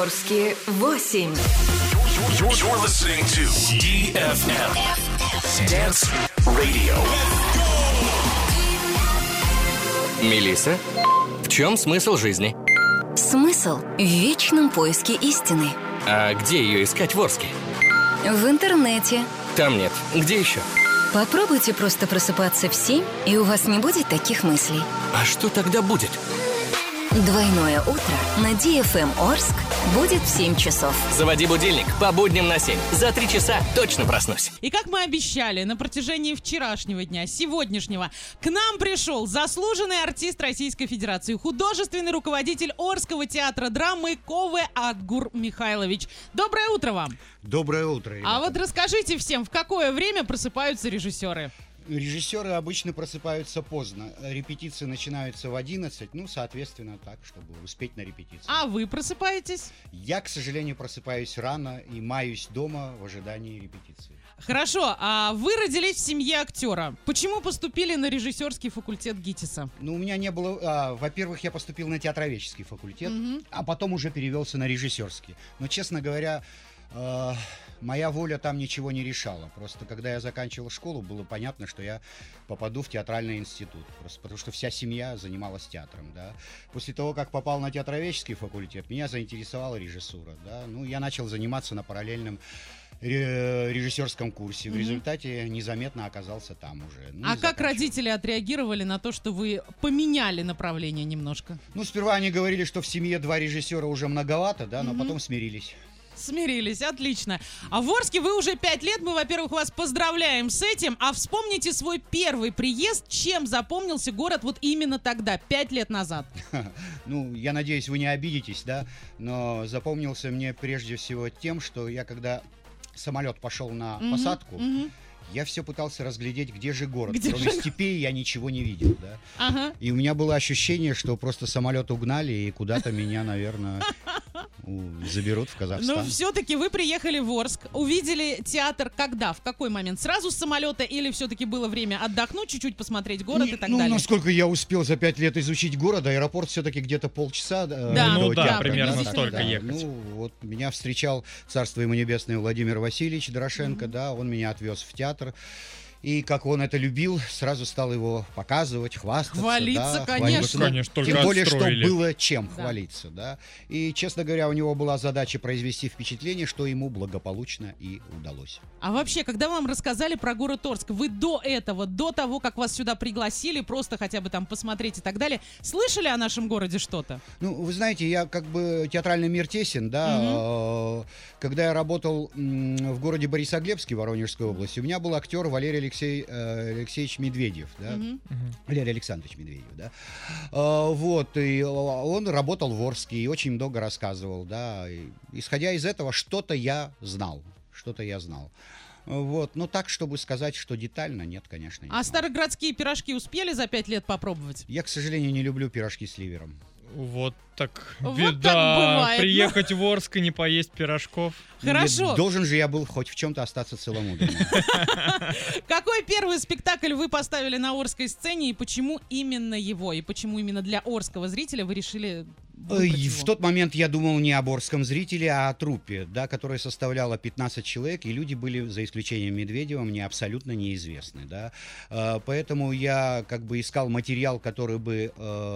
Орске 8. You're listening to DFM Dance Radio. Мелисса, в чем смысл жизни? Смысл в вечном поиске истины. А где ее искать в Орске? В интернете. Там нет. Где еще? Попробуйте просто просыпаться в 7, и у вас не будет таких мыслей. А что тогда будет? Двойное утро на DFM Орск будет в 7 часов. Заводи будильник по будням на 7. За 3 часа точно проснусь. И как мы обещали, на протяжении вчерашнего дня, сегодняшнего, к нам пришел заслуженный артист Российской Федерации, художественный руководитель Орского театра драмы Кове Атгур Михайлович. Доброе утро вам! Доброе утро, ребята. А вот расскажите всем, в какое время просыпаются режиссеры? Режиссеры обычно просыпаются поздно. Репетиции начинаются в 11, соответственно, так, чтобы успеть на репетицию. А вы просыпаетесь? Я, к сожалению, просыпаюсь рано и маюсь дома в ожидании репетиции. Хорошо, а вы родились в семье актера. Почему поступили на режиссерский факультет ГИТИСа? У меня не было... во-первых, я поступил на театроведческий факультет, а потом уже перевелся на режиссерский. Но, честно говоря... моя воля там ничего не решала. Просто когда я заканчивал школу, было понятно, что я попаду в театральный институт. Просто потому что вся семья занималась театром. Да. После того, как попал на театроведческий факультет, меня заинтересовала режиссура. Да. Я начал заниматься на параллельном режиссерском курсе. В результате незаметно оказался там уже. А как родители отреагировали на то, что вы поменяли направление немножко? Сперва они говорили, что в семье 2 режиссера уже многовато, да, но потом смирились. Смирились, отлично. А в Орске вы уже 5 лет. Мы, во-первых, вас поздравляем с этим. А вспомните свой первый приезд. Чем запомнился город вот именно тогда, 5 лет назад? Я надеюсь, вы не обидитесь, да? Но запомнился мне прежде всего тем, что я, когда самолет пошел на посадку, я все пытался разглядеть, где же город. Кроме степей я ничего не видел, да? Ага. И у меня было ощущение, что просто самолет угнали и куда-то меня, наверное, заберут в Казахстан. Но все-таки вы приехали в Орск, увидели театр когда? В какой момент? Сразу с самолета или все-таки было время отдохнуть, чуть-чуть посмотреть город и так далее? Насколько я успел за 5 лет изучить город, аэропорт все-таки где-то полчаса до театра. Примерно столько ехать. Меня встречал, царство ему небесное, Владимир Васильевич Дорошенко, да, он меня отвез в театр. И как он это любил, сразу стал его показывать, хвастаться. Хвалиться, да, конечно. Конечно, тем более, что отстроили. было чем хвалиться. Да. И, честно говоря, у него была задача произвести впечатление, что ему благополучно и удалось. А вообще, когда вам рассказали про город Орск, вы до этого, до того, как вас сюда пригласили, просто хотя бы там посмотреть и так далее, слышали о нашем городе что-то? Вы знаете, я как бы театральный мир тесен, да. Когда я работал в городе Борисоглебске, Воронежской области, у меня был актер Валерий Алексеевич Медведев, да? Валерий Александрович Медведев, да? И он работал в Орске и очень много рассказывал, да? И, исходя из этого, что-то я знал. Но так, чтобы сказать, что детально, нет, конечно, не знал. А староградские пирожки успели за 5 лет попробовать? Я, к сожалению, не люблю пирожки с ливером. Вот так Вот беда. так бывает. Приехать в Орск и не поесть пирожков. Хорошо. Должен же я был хоть в чем-то остаться целомудренным. Какой первый спектакль вы поставили на Орской сцене и почему именно его? И почему именно для орского зрителя вы решили выбрать его? В тот момент я думал не об орском зрителе, а о труппе, да, которая составляла 15 человек, и люди были, за исключением Медведева, мне абсолютно неизвестны. Да. Поэтому я как бы искал материал, который бы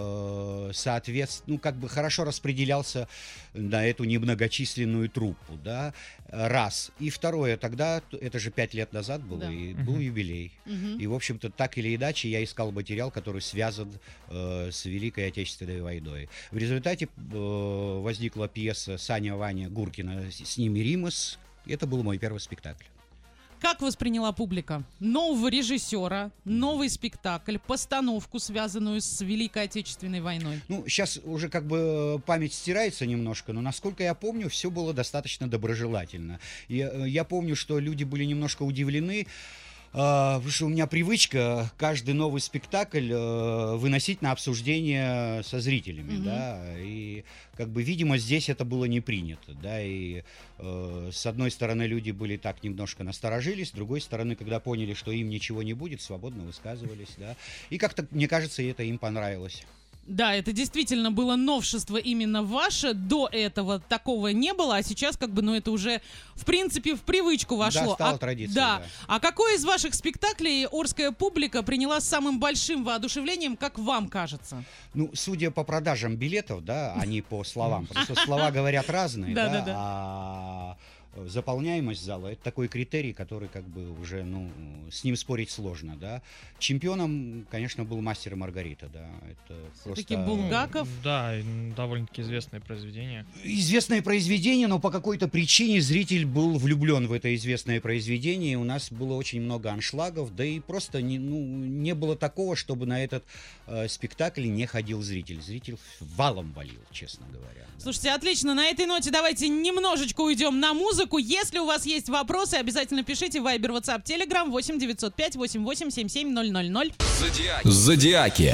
хорошо распределялся на эту немногочисленную труппу. Да. Раз. И второе, тогда, это же 5 лет назад было, Да. и был юбилей. И, в общем-то, так или иначе, я искал материал, который связан с Великой Отечественной войной. В результате возникла пьеса Саня Ваня Гуркина «С ними Римас». Это был мой первый спектакль. Как восприняла публика нового режиссера, новый спектакль, постановку, связанную с Великой Отечественной войной? Сейчас уже как бы память стирается немножко, но, насколько я помню, все было достаточно доброжелательно. Я помню, что люди были немножко удивлены, потому что у меня привычка каждый новый спектакль выносить на обсуждение со зрителями, да, и как бы, видимо, здесь это было не принято, да, и с одной стороны люди были так немножко насторожились, с другой стороны, когда поняли, что им ничего не будет, свободно высказывались, да, и как-то, мне кажется, это им понравилось. Да, это действительно было новшество именно ваше. До этого такого не было, а сейчас это уже, в принципе, в привычку вошло. Да, стало традицией, да. да. А какой из ваших спектаклей орская публика приняла с самым большим воодушевлением, как вам кажется? Ну, судя по продажам билетов, да, а не по словам, потому что слова говорят разные, да, а заполняемость зала — это такой критерий, который уже, с ним спорить сложно, да. Чемпионом, конечно, был «Мастер и Маргарита», да. Это все-таки просто... Булгаков. Да, довольно-таки известное произведение. Известное произведение, но по какой-то причине зритель был влюблен в это известное произведение. У нас было очень много аншлагов, да и просто не было такого, чтобы на этот спектакль не ходил зритель. Зритель валом валил, честно говоря. Да. Слушайте, отлично. На этой ноте давайте немножечко уйдем на музыку. Если у вас есть вопросы, обязательно пишите в Viber, WhatsApp, Telegram 8-905-88-77-000. Зодиаки.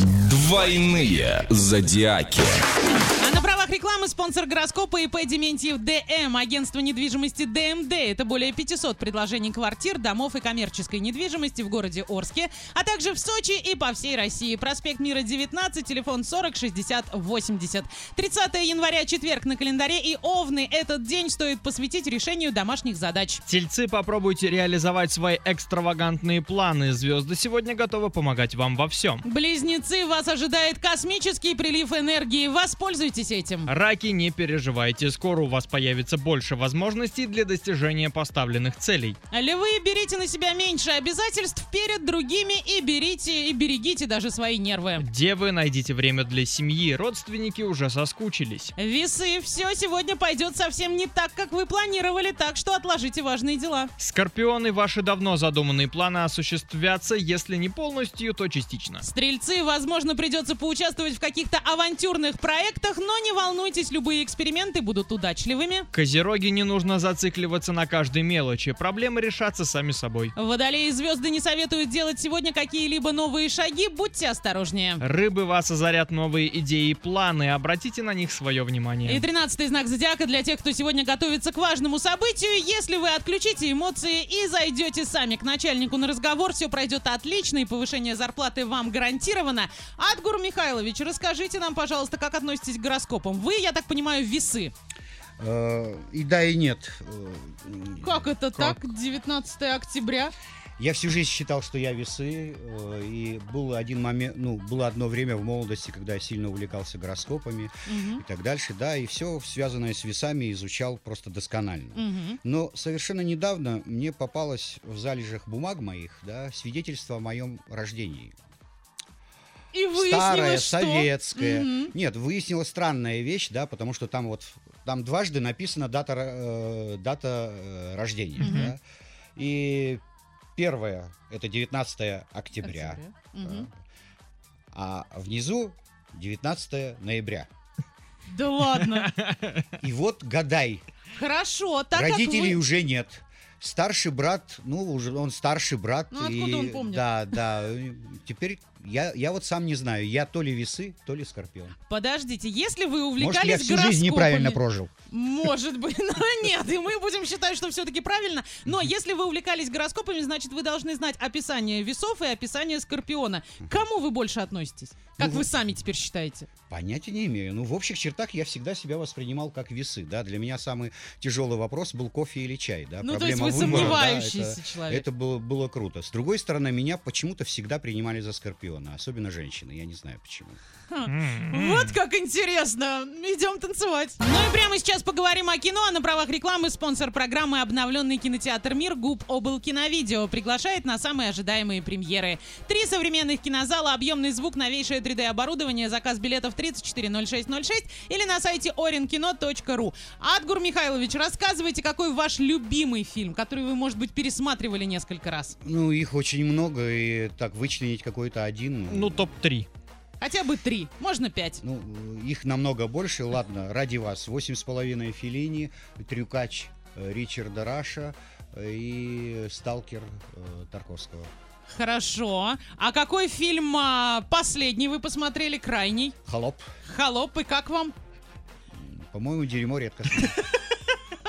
Двойные зодиаки. А на правах рекламы спонсор гороскопа ИП Дементьев ДМ, агентство недвижимости ДМД. Это более 500 предложений квартир, домов и коммерческой недвижимости в городе Орске, а также в Сочи и по всей России. Проспект Мира, 19, телефон 40 60 80. 30 января, четверг на календаре, и Овны. Этот день стоит посвятить решению домашних задач. Тельцы, попробуйте реализовать свои экстравагантные планы. Звезды сегодня готовы помогать вам во всем. Близнецы, вас ожидает космический прилив энергии. Воспользуйтесь этим. Раки, не переживайте, скоро у вас появится больше возможностей для достижения поставленных целей. Львы, берите на себя меньше обязательств перед другими и берегите даже свои нервы. Девы, найдите время для семьи, родственники уже соскучились. Весы, все сегодня пойдет совсем не так, как вы планировали, так что отложите важные дела. Скорпионы, ваши давно задуманные планы осуществятся, если не полностью, то частично. Стрельцы, возможно, придется поучаствовать в каких-то авантюрных проектах, но не волнуйтесь, любые эксперименты будут удачливыми. Козероги, не нужно зацикливаться на каждой мелочи, проблемы решатся сами собой. Водолеи, звезды не советуют делать сегодня какие-либо новые шаги, будьте осторожнее. Рыбы, вас озарят новые идеи и планы, обратите на них свое внимание. И 13-й знак зодиака для тех, кто сегодня готовится к важному событию. Если вы отключите эмоции и зайдете сами к начальнику на разговор, все пройдет отлично и повышение зарплаты вам гарантировано. Адгур Михайлович, расскажите нам, пожалуйста, как относитесь к гороскопам? Вы, я так понимаю, весы. И да, и нет. Как это так? 19 октября? Я всю жизнь считал, что я весы, и был один момент, было одно время в молодости, когда я сильно увлекался гороскопами и так дальше, да, и все связанное с весами изучал просто досконально. Но совершенно недавно мне попалось в залежах бумаг моих, да, свидетельство о моем рождении. И выяснилось, старая, что... советская. Нет, выяснилась странная вещь, да, потому что там дважды написана дата рождения, да, и первое — это 19 октября, а внизу 19 ноября. Да ладно. И вот гадай. Хорошо, так родителей как вы... уже нет. Старший брат, уже он старший брат. Откуда он помнит? Да. Теперь я вот сам не знаю, я то ли весы, то ли скорпион. Подождите, если вы увлекались Может, я всю гороскопами... жизнь неправильно прожил. Может быть, но нет, и мы будем считать, что все-таки правильно. Но если вы увлекались гороскопами, значит, вы должны знать описание весов и описание скорпиона. К кому вы больше относитесь? Как вы сами теперь считаете? Понятия не имею. В общих чертах я всегда себя воспринимал как весы. Да? Для меня самый тяжелый вопрос был кофе или чай. Да? То есть вы выбора, сомневающийся человек. Это было круто. С другой стороны, меня почему-то всегда принимали за скорпиона. Особенно женщины. Я не знаю почему. Вот как интересно. Идем танцевать. Ну и прямо сейчас поговорим о кино. А на правах рекламы спонсор программы обновленный кинотеатр «Мир» ГУП «Облкиновидео» приглашает на самые ожидаемые премьеры. 3 современных кинозала, объемный звук, новейшее 3D-оборудование, заказ билетов 340606 или на сайте orinkino.ru. Адгур Михайлович, рассказывайте, какой ваш любимый фильм, который вы, может быть, пересматривали несколько раз? Их очень много, и так вычленить какой-то один. Топ-3. Хотя бы 3, можно 5. Их намного больше. Ладно, ради вас. 8,5 Феллини, Трюкач Ричарда Раша и Сталкер Тарковского. Хорошо. А какой фильм последний вы посмотрели, крайний? Холоп. Холоп, и как вам? По-моему, дерьмо редко смотрю.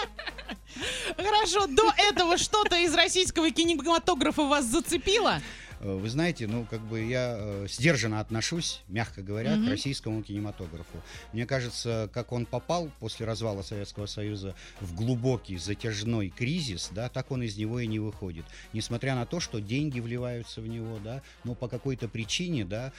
Хорошо, до этого что-то из российского кинематографа вас зацепило? Вы знаете, ну, как бы я сдержанно отношусь, мягко говоря, к российскому кинематографу. Мне кажется, как он попал после развала Советского Союза в глубокий затяжной кризис, да, так он из него и не выходит. Несмотря на то, что деньги вливаются в него, да, но по какой-то причине, да,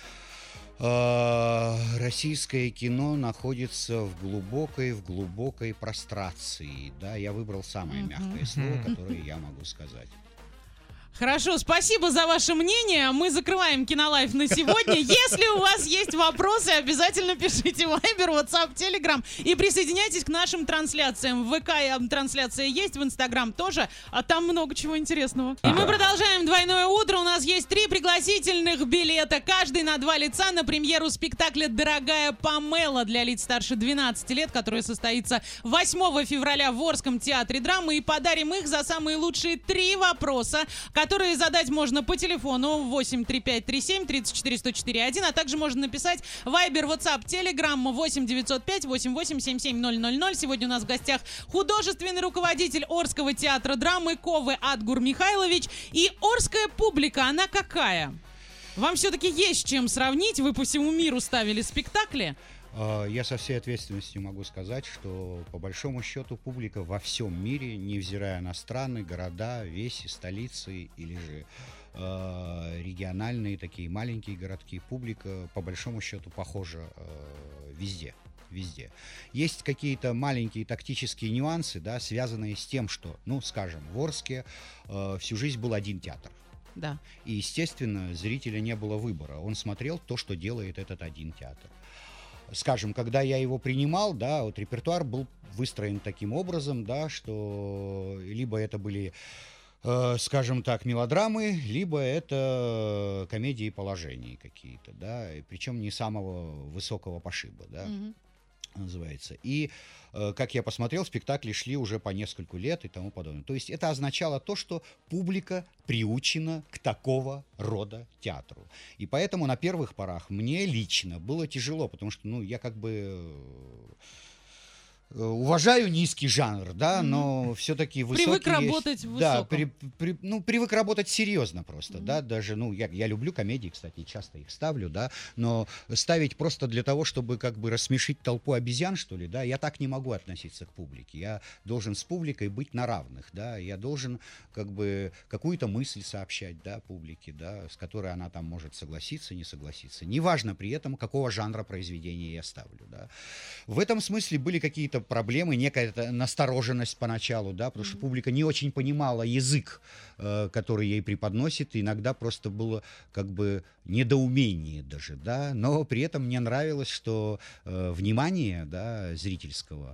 российское кино находится в глубокой прострации. Да, я выбрал самое мягкое слово, которое я могу сказать. Хорошо, спасибо за ваше мнение. Мы закрываем Кинолайф на сегодня. Если у вас есть вопросы, обязательно пишите в Viber, WhatsApp, Telegram и присоединяйтесь к нашим трансляциям. В ВК трансляция есть, в Инстаграм тоже, а там много чего интересного. И мы продолжаем «Двойное утро». У нас есть 3 пригласительных билета, каждый на 2 лица на премьеру спектакля «Дорогая Памела» для лиц старше 12 лет, который состоится 8 февраля в Орском театре драмы. И подарим их за самые лучшие 3 вопроса, которые задать можно по телефону 83537 34 104 1, а также можно написать Viber, WhatsApp, Telegram 8 905 88 77 000. Сегодня у нас в гостях художественный руководитель Орского театра драмы Ковы Адгур Михайлович. И орская публика, она какая? Вам все-таки есть чем сравнить? Вы по всему миру ставили спектакли? Я со всей ответственностью могу сказать, что по большому счету публика во всем мире, невзирая на страны, города, веси, столицы или же региональные такие маленькие городки, публика по большому счету похожа везде. Есть какие-то маленькие тактические нюансы, да, связанные с тем, что, ну, скажем, в Орске всю жизнь был один театр. Да. И, естественно, зрителя не было выбора. Он смотрел то, что делает этот один театр. Скажем, когда я его принимал, да, вот репертуар был выстроен таким образом, да, что либо это были, скажем так, мелодрамы, либо это комедии положений какие-то, да, и причем не самого высокого пошиба, да, называется. И, как я посмотрел, спектакли шли уже по нескольку лет и тому подобное. То есть это означало то, что публика приучена к такого рода театру. И поэтому на первых порах мне лично было тяжело, потому что, ну, я как бы уважаю низкий жанр, да, но все-таки высокий... Привык работать в да, высоком. Привык работать серьезно просто, да, даже, ну, я люблю комедии, кстати, часто их ставлю, да, но ставить просто для того, чтобы как бы рассмешить толпу обезьян, что ли, да, я так не могу относиться к публике. Я должен с публикой быть на равных, да, я должен как бы какую-то мысль сообщать, да, публике, да, с которой она там может согласиться, не согласиться. Неважно при этом, какого жанра произведения я ставлю, да. В этом смысле были какие-то проблемы, некая настороженность поначалу, да, потому что публика не очень понимала язык, который ей преподносит, и иногда просто было как бы недоумение даже, да, но при этом мне нравилось, что внимание, да, зрительского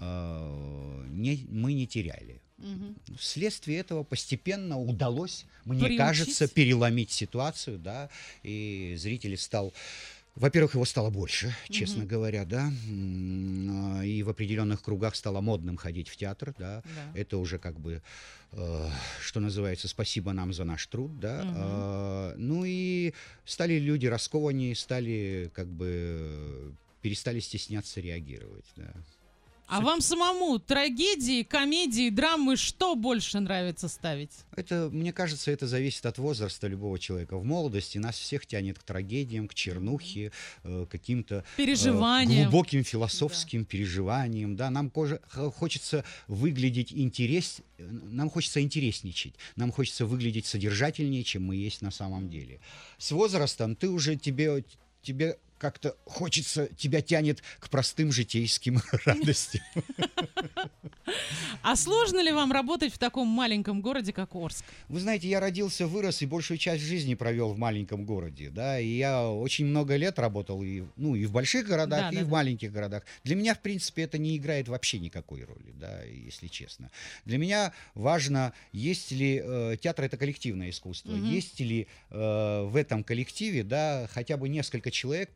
мы не теряли. Вследствие этого постепенно удалось, мне кажется, переломить ситуацию, да, и зритель стал... Во-первых, его стало больше, честно говоря, да, и в определенных кругах стало модным ходить в театр, да, это уже как бы, что называется, спасибо нам за наш труд, да, ну и стали люди раскованнее, стали как бы, перестали стесняться реагировать, да. А вам самому трагедии, комедии, драмы что больше нравится ставить? Это, мне кажется, это зависит от возраста любого человека. В молодости нас всех тянет к трагедиям, к чернухе, каким-то глубоким философским переживаниям. Да? Нам хочется выглядеть нам хочется интересничать, нам хочется выглядеть содержательнее, чем мы есть на самом деле. С возрастом тебе как-то хочется, тебя тянет к простым житейским радостям. А сложно ли вам работать в таком маленьком городе, как Орск? Вы знаете, я родился, вырос и большую часть жизни провел в маленьком городе, да, и я очень много лет работал и в больших городах, в маленьких городах. Для меня, в принципе, это не играет вообще никакой роли, да, если честно. Для меня важно, есть ли театр — это коллективное искусство, есть ли в этом коллективе, да, хотя бы несколько человек,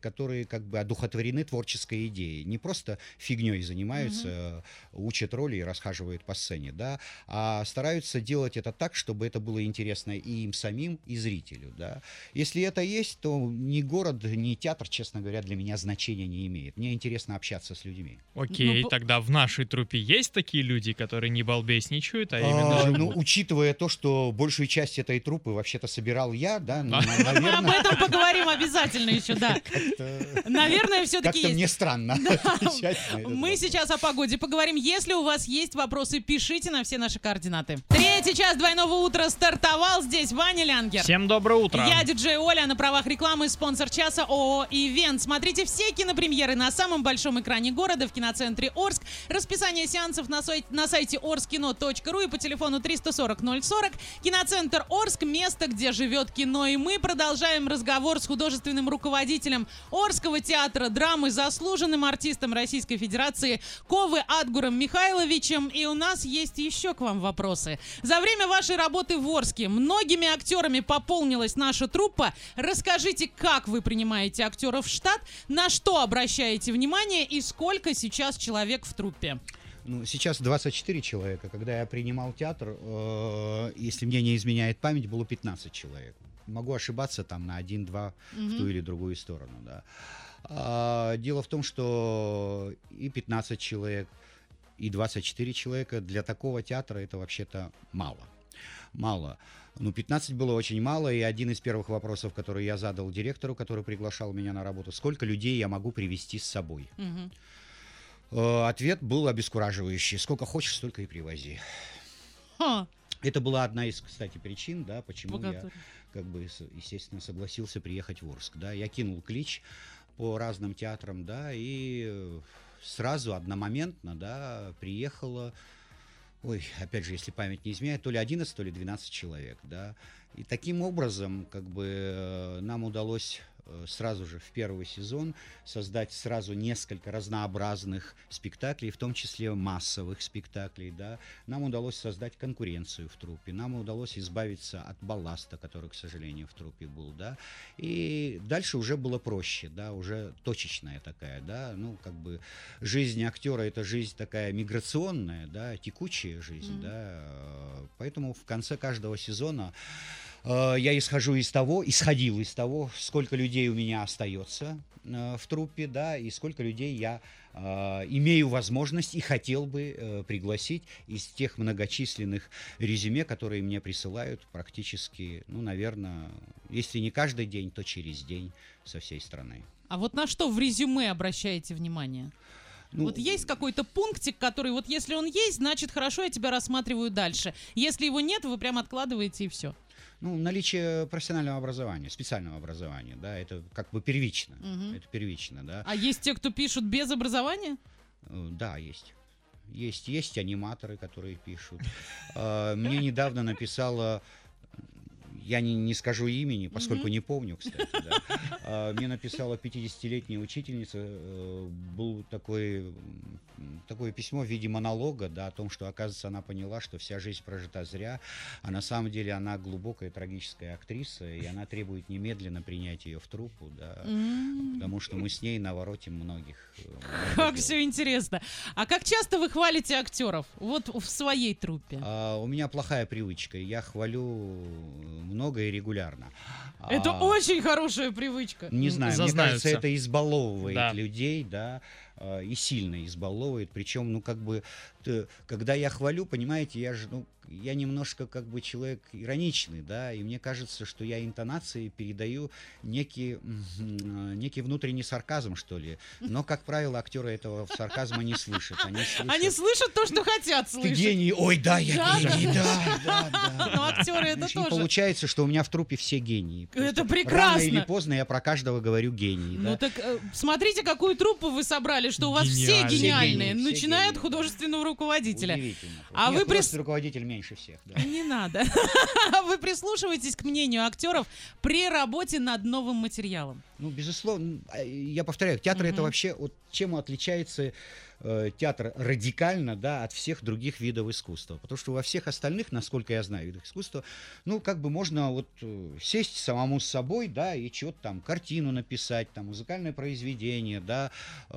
которые как бы одухотворены творческой идеей. Не просто фигней занимаются, учат роли и расхаживают по сцене, да, а стараются делать это так, чтобы это было интересно и им самим, и зрителю, да. Если это есть, то ни город, ни театр, честно говоря, для меня значения не имеет. Мне интересно общаться с людьми. Окей, тогда в нашей труппе есть такие люди, которые не балбесничают, а именно живут? Ну, учитывая то, что большую часть этой труппы вообще-то собирал я, да, Мы об этом поговорим обязательно еще, да. Наверное, все-таки как-то есть. мне странно отвечать на этот Мы вопрос. сейчас о погоде поговорим. Если у вас есть вопросы, пишите на все наши координаты. Третий час двойного утра стартовал. Здесь Ваня Лянгер. Всем доброе утро. Я диджей Оля, на правах рекламы спонсор часа ООО «Ивент». Смотрите все кинопремьеры на самом большом экране города в киноцентре Орск. Расписание сеансов на сайте orskino.ru и по телефону 340 040. Киноцентр Орск – место, где живет кино. И мы продолжаем разговор с художественным руководителем Орского театра драмы, заслуженным артистом Российской Федерации Ковы Адгуром Михайловичем. И у нас есть еще к вам вопросы. За время вашей работы в Орске многими актерами пополнилась наша труппа. Расскажите, как вы принимаете актеров в штат, на что обращаете внимание и сколько сейчас человек в труппе? Ну, сейчас 24 человека. Когда я принимал театр, если мне не изменяет память, было 15 человек. Могу ошибаться там на 1-2 в ту или другую сторону, да. Дело в том, что и 15 человек, и 24 человека для такого театра это вообще-то мало. Мало. Ну, 15 было очень мало, и один из первых вопросов, который я задал директору, который приглашал меня на работу, сколько людей я могу привезти с собой? Ответ был обескураживающий. Сколько хочешь, столько и привози. Это была одна из, кстати, причин, да, почему я, как бы, естественно, согласился приехать в Орск. Да. Я кинул клич по разным театрам, да, и сразу, одномоментно, да, приехало, опять же, если память не изменяет, то ли 11, то ли 12 человек, да. И таким образом, как бы, нам удалось сразу же в первый сезон создать сразу несколько разнообразных спектаклей, в том числе массовых спектаклей, да. Нам удалось создать конкуренцию в труппе, нам удалось избавиться от балласта, который, к сожалению, в труппе был, да. И дальше уже было проще, да, уже точечная такая, да, ну, как бы жизнь актера — это жизнь такая миграционная, да, текучая жизнь, да. Поэтому в конце каждого сезона я исходил из того, сколько людей у меня остается в труппе, да, и сколько людей я имею возможность и хотел бы пригласить из тех многочисленных резюме, которые мне присылают практически, ну, наверное, если не каждый день, то через день со всей страны. А вот на что в резюме обращаете внимание? Ну, вот есть какой-то пунктик, который вот если он есть, значит хорошо, я тебя рассматриваю дальше. Если его нет, вы прям откладываете и все. Ну, наличие профессионального образования, специального образования, да, это как бы первично. Это первично, да. А есть те, кто пишут без образования? Да, есть. Есть аниматоры, которые пишут. Мне недавно написала, я не скажу имени, поскольку не помню, кстати, да. Мне написала 50-летняя учительница, было такое письмо в виде монолога, да, о том, что, оказывается, она поняла, что вся жизнь прожита зря, а на самом деле она глубокая трагическая актриса, и она требует немедленно принять ее в труппу, да, потому что мы с ней наворотим многих. Как все интересно. А как часто вы хвалите актеров? Вот в своей труппе. У меня плохая привычка. Я хвалю много и регулярно. Это очень хорошая привычка. Не знаю, мне Зазнаются. кажется, это избаловывает Да. людей, да, и сильно избаловывает. Причем, ну, как бы, когда я хвалю, понимаете, я немножко, как бы, человек ироничный, да, и мне кажется, что я интонацией передаю некий внутренний сарказм, что ли. Но, как правило, актеры этого сарказма не слышат. Они слышат то, что хотят Ты слышать. гений, ой, да, я гений, да. Но актеры это Очень тоже. получается, что у меня в труппе все гении. Это Просто прекрасно. Рано или поздно я про каждого говорю гений. Ну да. так смотрите, какую труппу вы собрали, что у вас все Гениально. гениальные, Все начиная от гении, художественного руководителя. Удивительно. А Нет, вы художественный руководитель меньше всех. Да. Не надо. Вы прислушиваетесь к мнению актеров при работе над новым материалом? Ну, безусловно, я повторяю, театр это вообще, вот чем отличается театр радикально, да, от всех других видов искусства. Потому что во всех остальных, насколько я знаю, видах искусства, ну, как бы можно вот сесть самому с собой, да, и что-то там, картину написать, там, музыкальное произведение, да,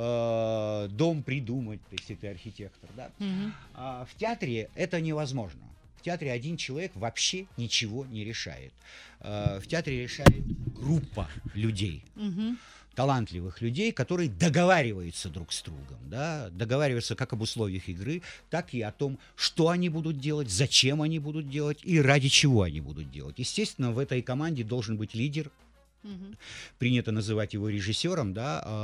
дом придумать, если ты архитектор, да. А в театре это невозможно. В театре один человек вообще ничего не решает. В театре решает группа людей. Талантливых людей, которые договариваются друг с другом, да, договариваются как об условиях игры, так и о том, что они будут делать, зачем они будут делать и ради чего они будут делать. Естественно, в этой команде должен быть лидер, принято называть его режиссером,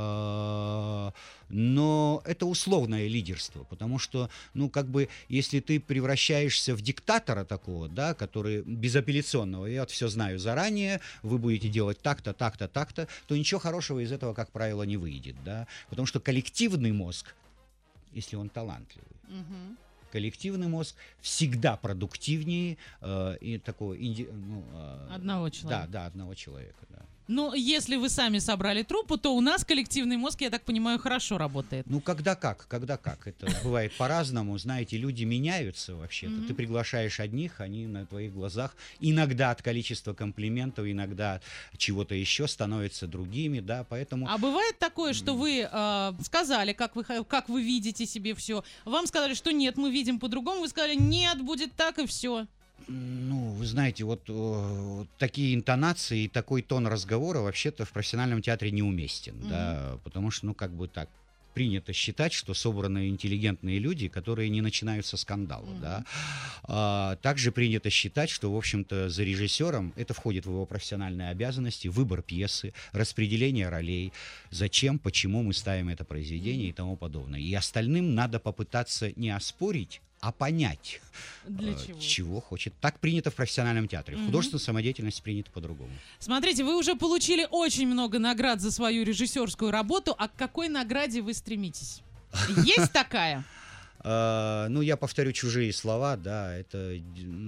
да, но это условное лидерство, потому что, ну, как бы, если ты превращаешься в диктатора такого, да, который безапелляционного, я вот все знаю заранее, вы будете делать так-то, так-то, так-то, то ничего хорошего из этого, как правило, не выйдет, да, потому что коллективный мозг, если он талантливый, коллективный мозг всегда продуктивнее и такого одного человека. Да, одного человека, да. Ну, если вы сами собрали труппу, то у нас коллективный мозг, я так понимаю, хорошо работает. Ну, когда как. Это бывает по-разному. Знаете, люди меняются вообще-то. Ты приглашаешь одних, они на твоих глазах иногда от количества комплиментов, иногда от чего-то еще становятся другими, да, поэтому... А бывает такое, что вы сказали, как вы видите себе все, вам сказали, что нет, мы видим по-другому, вы сказали, нет, будет так и все. Ну, вы знаете, вот такие интонации и такой тон разговора вообще-то в профессиональном театре неуместен, да, потому что, ну, как бы так, принято считать, что собраны интеллигентные люди, которые не начинают со скандала, да. Также принято считать, что, в общем-то, за режиссером, это входит в его профессиональные обязанности, выбор пьесы, распределение ролей, зачем, почему мы ставим это произведение и тому подобное. И остальным надо попытаться не оспорить, а понять, для чего хочет. Так принято в профессиональном театре. В художественной самодеятельности принято по-другому. Смотрите, вы уже получили очень много наград за свою режиссерскую работу. А к какой награде вы стремитесь? Есть такая? Ну, я повторю чужие слова, да, это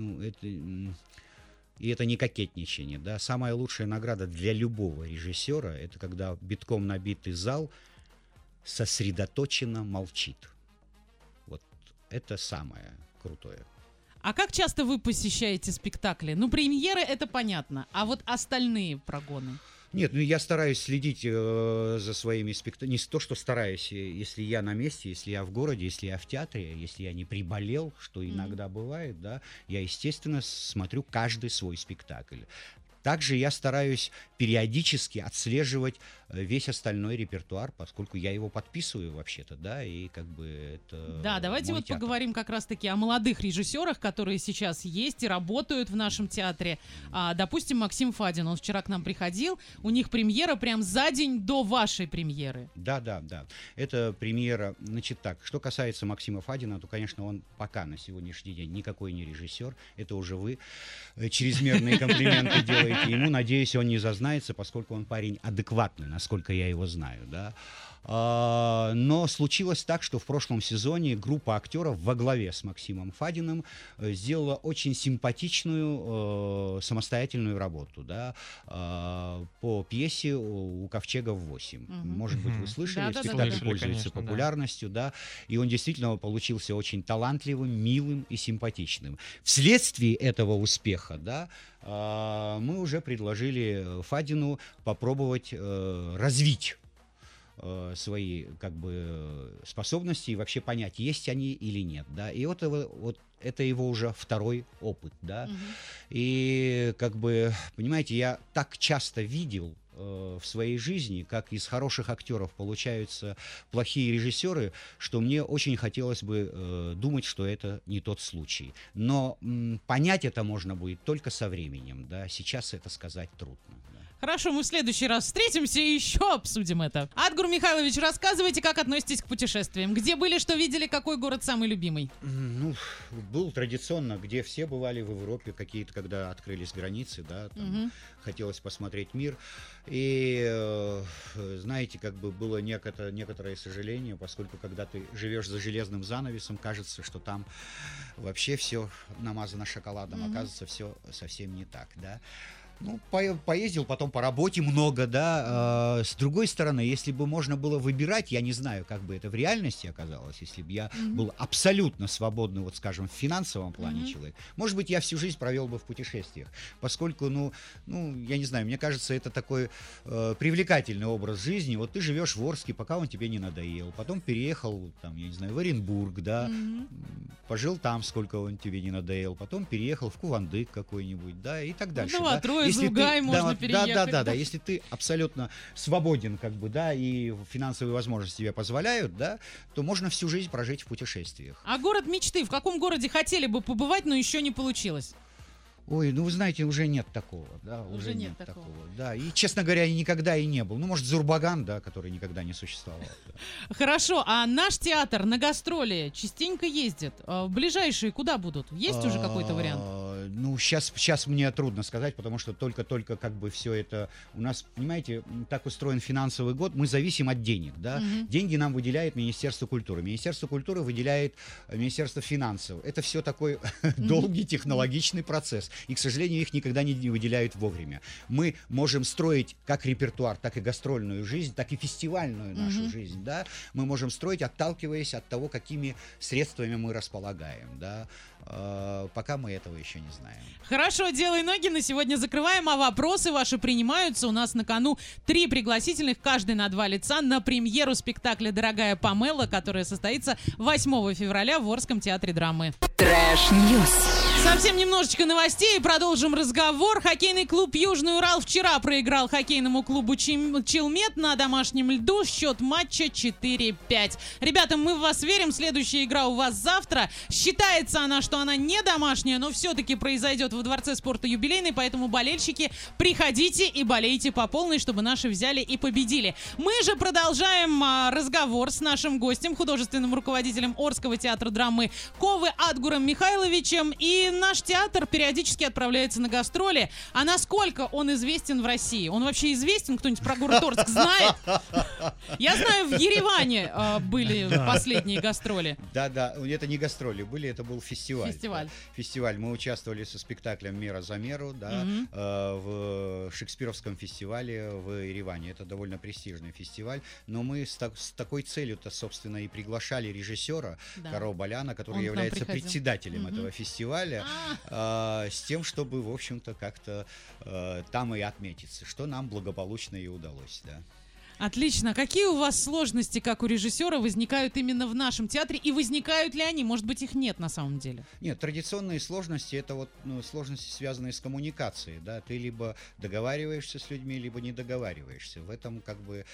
не кокетничание, да. Самая лучшая награда для любого режиссера — это когда битком набитый зал сосредоточенно молчит. Это самое крутое. А как часто вы посещаете спектакли? Ну, премьеры — это понятно, а вот остальные прогоны? Нет, ну я стараюсь следить за своими спектаклями. Не то, что стараюсь, если я на месте, если я в городе, если я в театре, если я не приболел, что иногда бывает, да, я, естественно, смотрю каждый свой спектакль. Также я стараюсь периодически отслеживать весь остальной репертуар, поскольку я его подписываю вообще-то, да, и как бы это... Да, давайте вот театр. Поговорим как раз-таки о молодых режиссерах, которые сейчас есть и работают в нашем театре. Допустим, Максим Фадин, он вчера к нам приходил, у них премьера прям за день до вашей премьеры. Да. Это премьера, значит так, что касается Максима Фадина, то, конечно, он пока на сегодняшний день никакой не режиссер, это уже вы чрезмерные комплименты делаете ему, надеюсь, он не зазнается, поскольку он парень адекватный, насколько я его знаю, да. Но случилось так, что в прошлом сезоне группа актеров во главе с Максимом Фадиным сделала очень симпатичную самостоятельную работу, да, по пьесе «У ковчега в 8». Может быть, вы слышали, спектакль пользуется популярностью, да, и он действительно получился очень талантливым, милым и симпатичным. Вследствие этого успеха, да, мы уже предложили Фадину попробовать развить свои как бы способности и вообще понять, есть они или нет, да, и вот это его уже второй опыт, да, и как бы, понимаете, я так часто видел в своей жизни, как из хороших актеров получаются плохие режиссеры, что мне очень хотелось бы думать, что это не тот случай. Но понять это можно будет только со временем, да, сейчас это сказать трудно. Хорошо, мы в следующий раз встретимся и еще обсудим это. Адгур Михайлович, рассказывайте, как относитесь к путешествиям. Где были, что видели, какой город самый любимый? Ну, был традиционно, где все бывали в Европе, какие-то, когда открылись границы, да, там хотелось посмотреть мир. И, знаете, как бы было некоторое сожаление, поскольку когда ты живешь за железным занавесом, кажется, что там вообще все намазано шоколадом, оказывается, все совсем не так, да. Ну, поездил потом по работе много, да. С другой стороны, если бы можно было выбирать, я не знаю, как бы это в реальности оказалось, если бы я был абсолютно свободный, вот скажем, в финансовом плане человек, может быть, я всю жизнь провел бы в путешествиях, поскольку, ну, я не знаю, мне кажется, это такой привлекательный образ жизни. Вот ты живешь в Орске, пока он тебе не надоел, потом переехал, там, я не знаю, в Оренбург, да, пожил там, сколько он тебе не надоел, потом переехал в Кувандык какой-нибудь, да, и так дальше. Да. Зугай можно переехать. Да, если ты абсолютно свободен, как бы, да, и финансовые возможности тебе позволяют, да, то можно всю жизнь прожить в путешествиях. А город мечты, в каком городе хотели бы побывать, но еще не получилось? Ой, ну вы знаете, уже нет такого, да, уже нет такого. Да, и, честно говоря, никогда и не был. Ну, может, Зурбаган, да, который никогда не существовал. Да. Хорошо, а наш театр на гастроли частенько ездит. В ближайшие куда будут? Есть уже какой-то вариант? Ну, сейчас мне трудно сказать, потому что только как бы все это... У нас, понимаете, так устроен финансовый год, мы зависим от денег, да. Деньги нам выделяет Министерство культуры. Министерство культуры выделяет Министерство финансов. Это все такой долгий технологичный процесс. И, к сожалению, их никогда не выделяют вовремя. Мы можем строить как репертуар, так и гастрольную жизнь, так и фестивальную нашу жизнь, да. Мы можем строить, отталкиваясь от того, какими средствами мы располагаем, да. Пока мы этого еще не знаем. Хорошо, делай ноги. На сегодня закрываем, а вопросы ваши принимаются. У нас на кону 3 пригласительных, каждый на 2 лица, на премьеру спектакля «Дорогая Памела», которая состоится 8 февраля в Орском театре драмы. Трэш-ньюс. Совсем немножечко новостей и продолжим разговор. Хоккейный клуб «Южный Урал» вчера проиграл хоккейному клубу «Челмет» на домашнем льду. Счет матча 4-5. Ребята, мы в вас верим. Следующая игра у вас завтра. Считается она, что она не домашняя, но все-таки произойдет во Дворце спорта «Юбилейный», поэтому, болельщики, приходите и болейте по полной, чтобы наши взяли и победили. Мы же продолжаем разговор с нашим гостем, художественным руководителем Орского театра драмы Ковы Адгуром Михайловичем. И наш театр периодически отправляется на гастроли. А насколько он известен в России? Он вообще известен? Кто-нибудь про город Орск знает? Я знаю, в Ереване были последние гастроли. Да, это не гастроли были, это был фестиваль. Фестиваль. Мы участвовали со спектаклем «Мера за меру», да, в Шекспировском фестивале в Ереване. Это довольно престижный фестиваль. Но мы с такой целью-то, собственно, и приглашали режиссера Каро Боляна, который является председателем этого фестиваля, с тем, чтобы, в общем-то, как-то там и отметиться, что нам благополучно и удалось, да. Отлично. Какие у вас сложности, как у режиссера, возникают именно в нашем театре? И возникают ли они? Может быть, их нет на самом деле? Нет, традиционные сложности — это вот сложности, связанные с коммуникацией. Да? Ты либо договариваешься с людьми, либо не договариваешься. В этом как бы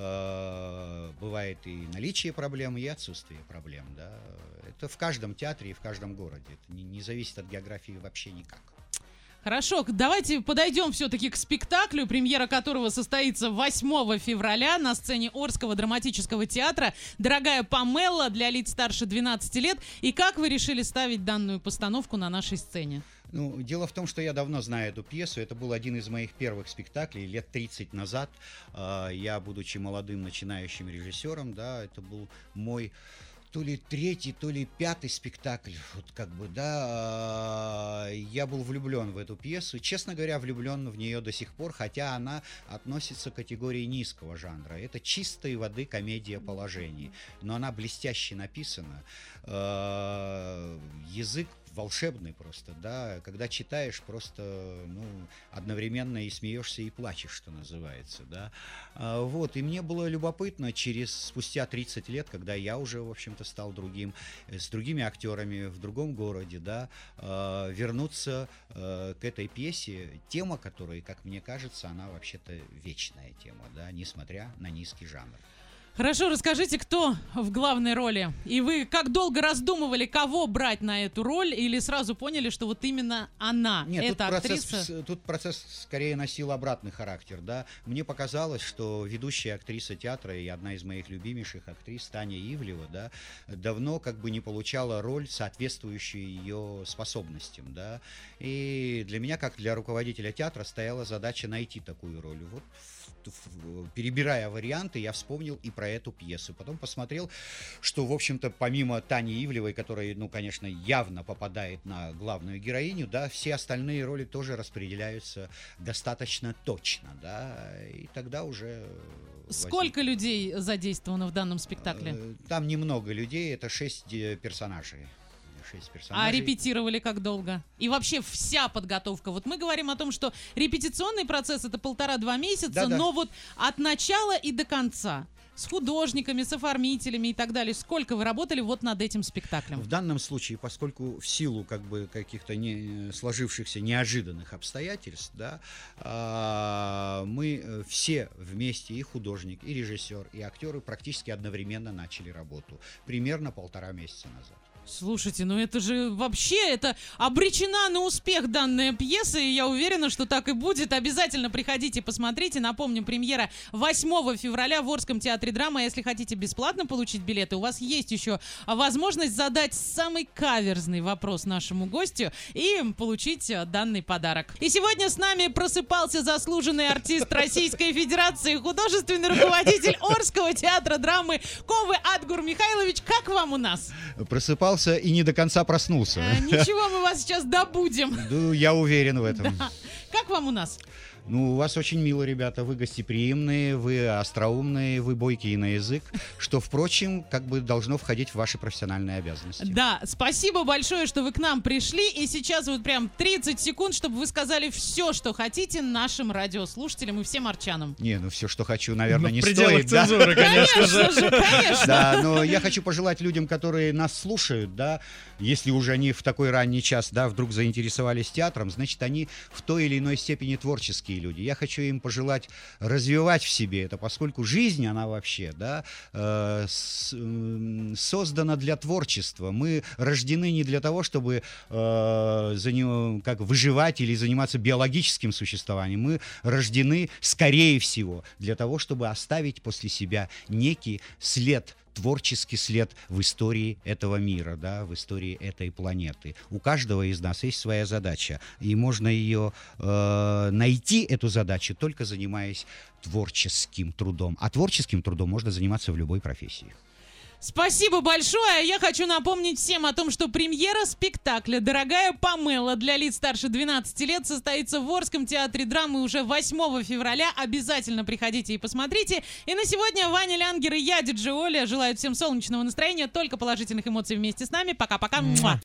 бывает и наличие проблем, и отсутствие проблем. Да? Это в каждом театре и в каждом городе. Это не зависит от географии вообще никак. Хорошо, давайте подойдем все-таки к спектаклю, премьера которого состоится 8 февраля на сцене Орского драматического театра «Дорогая Памела» для лиц старше 12 лет. И как вы решили ставить данную постановку на нашей сцене? Ну, дело в том, что я давно знаю эту пьесу. Это был один из моих первых спектаклей лет 30 назад. Я, будучи молодым начинающим режиссером, да, это был мой... то ли 3-й, то ли 5-й спектакль, вот как бы, да, я был влюблен в эту пьесу, честно говоря, влюблен в нее до сих пор, хотя она относится к категории низкого жанра, это чистой воды комедия положений, но она блестяще написана, язык волшебный просто, да, когда читаешь, просто, одновременно и смеешься, и плачешь, что называется, да, вот, и мне было любопытно спустя 30 лет, когда я уже, в общем-то, стал с другими актерами в другом городе, да, вернуться к этой пьесе, тема которой, как мне кажется, она вообще-то вечная тема, да, несмотря на низкий жанр. Хорошо, расскажите, кто в главной роли? И вы как долго раздумывали, кого брать на эту роль, или сразу поняли, что вот именно она, эта актриса? Тут процесс скорее носил обратный характер, да. Мне показалось, что ведущая актриса театра и одна из моих любимейших актрис, Таня Ивлева, да, давно как бы не получала роль, соответствующую ее способностям, да. И для меня, как для руководителя театра, стояла задача найти такую роль. Вот, перебирая варианты, я вспомнил и про про эту пьесу. Потом посмотрел, что, в общем-то, помимо Тани Ивлевой, которая, ну, конечно, явно попадает на главную героиню, да, все остальные роли тоже распределяются достаточно точно, да, и тогда уже... Сколько людей задействовано в данном спектакле? Там немного людей, это 6 персонажей. 6 персонажей. А репетировали как долго? И вообще вся подготовка. Вот мы говорим о том, что репетиционный процесс это 1,5-2 месяца, Да-да. но вот от начала и до конца с художниками, с оформителями и так далее. Сколько вы работали вот над этим спектаклем? В данном случае, поскольку в силу как бы каких-то сложившихся неожиданных обстоятельств, да, мы все вместе, и художник, и режиссер, и актеры практически одновременно начали работу. Примерно 1,5 месяца назад. Слушайте, ну это же вообще, это обречена на успех данная пьеса, и я уверена, что так и будет. Обязательно приходите, посмотрите. Напомню, премьера 8 февраля в Орском театре драмы. А если хотите бесплатно получить билеты, у вас есть еще возможность задать самый каверзный вопрос нашему гостю и получить данный подарок. И сегодня с нами просыпался заслуженный артист Российской Федерации, художественный руководитель Орского театра драмы Ковы Адгур Михайлович. Как вам у нас? Просыпался и не до конца проснулся. Ничего, мы вас сейчас добудем. Ну, я уверен в этом. Да. Как вам у нас? Ну, у вас очень мило, ребята, вы гостеприимные, вы остроумные, вы бойкие на язык, что, впрочем, как бы должно входить в ваши профессиональные обязанности. Да, спасибо большое, что вы к нам пришли, и сейчас вот прям 30 секунд, чтобы вы сказали все, что хотите нашим радиослушателям и всем арчанам. Не, ну все, что хочу, наверное, не в пределах стоит. Да? цензуры, конечно же. Конечно же, конечно. Да, но я хочу пожелать людям, которые нас слушают, да, если уже они в такой ранний час, да, вдруг заинтересовались театром, значит, они в той или иной степени творческие люди. Я хочу им пожелать развивать в себе это, поскольку жизнь, она вообще, да, создана для творчества. Мы рождены не для того, чтобы как выживать или заниматься биологическим существованием. Мы рождены, скорее всего, для того, чтобы оставить после себя некий след, творческий след в истории этого мира, да, в истории этой планеты. У каждого из нас есть своя задача, и можно ее найти, эту задачу, только занимаясь творческим трудом. А творческим трудом можно заниматься в любой профессии. Спасибо большое. Я хочу напомнить всем о том, что премьера спектакля «Дорогая Памела» для лиц старше 12 лет состоится в Орском театре драмы уже 8 февраля. Обязательно приходите и посмотрите. И на сегодня Ваня Лянгер и я, диджей Оля, желают всем солнечного настроения, только положительных эмоций вместе с нами. Пока-пока.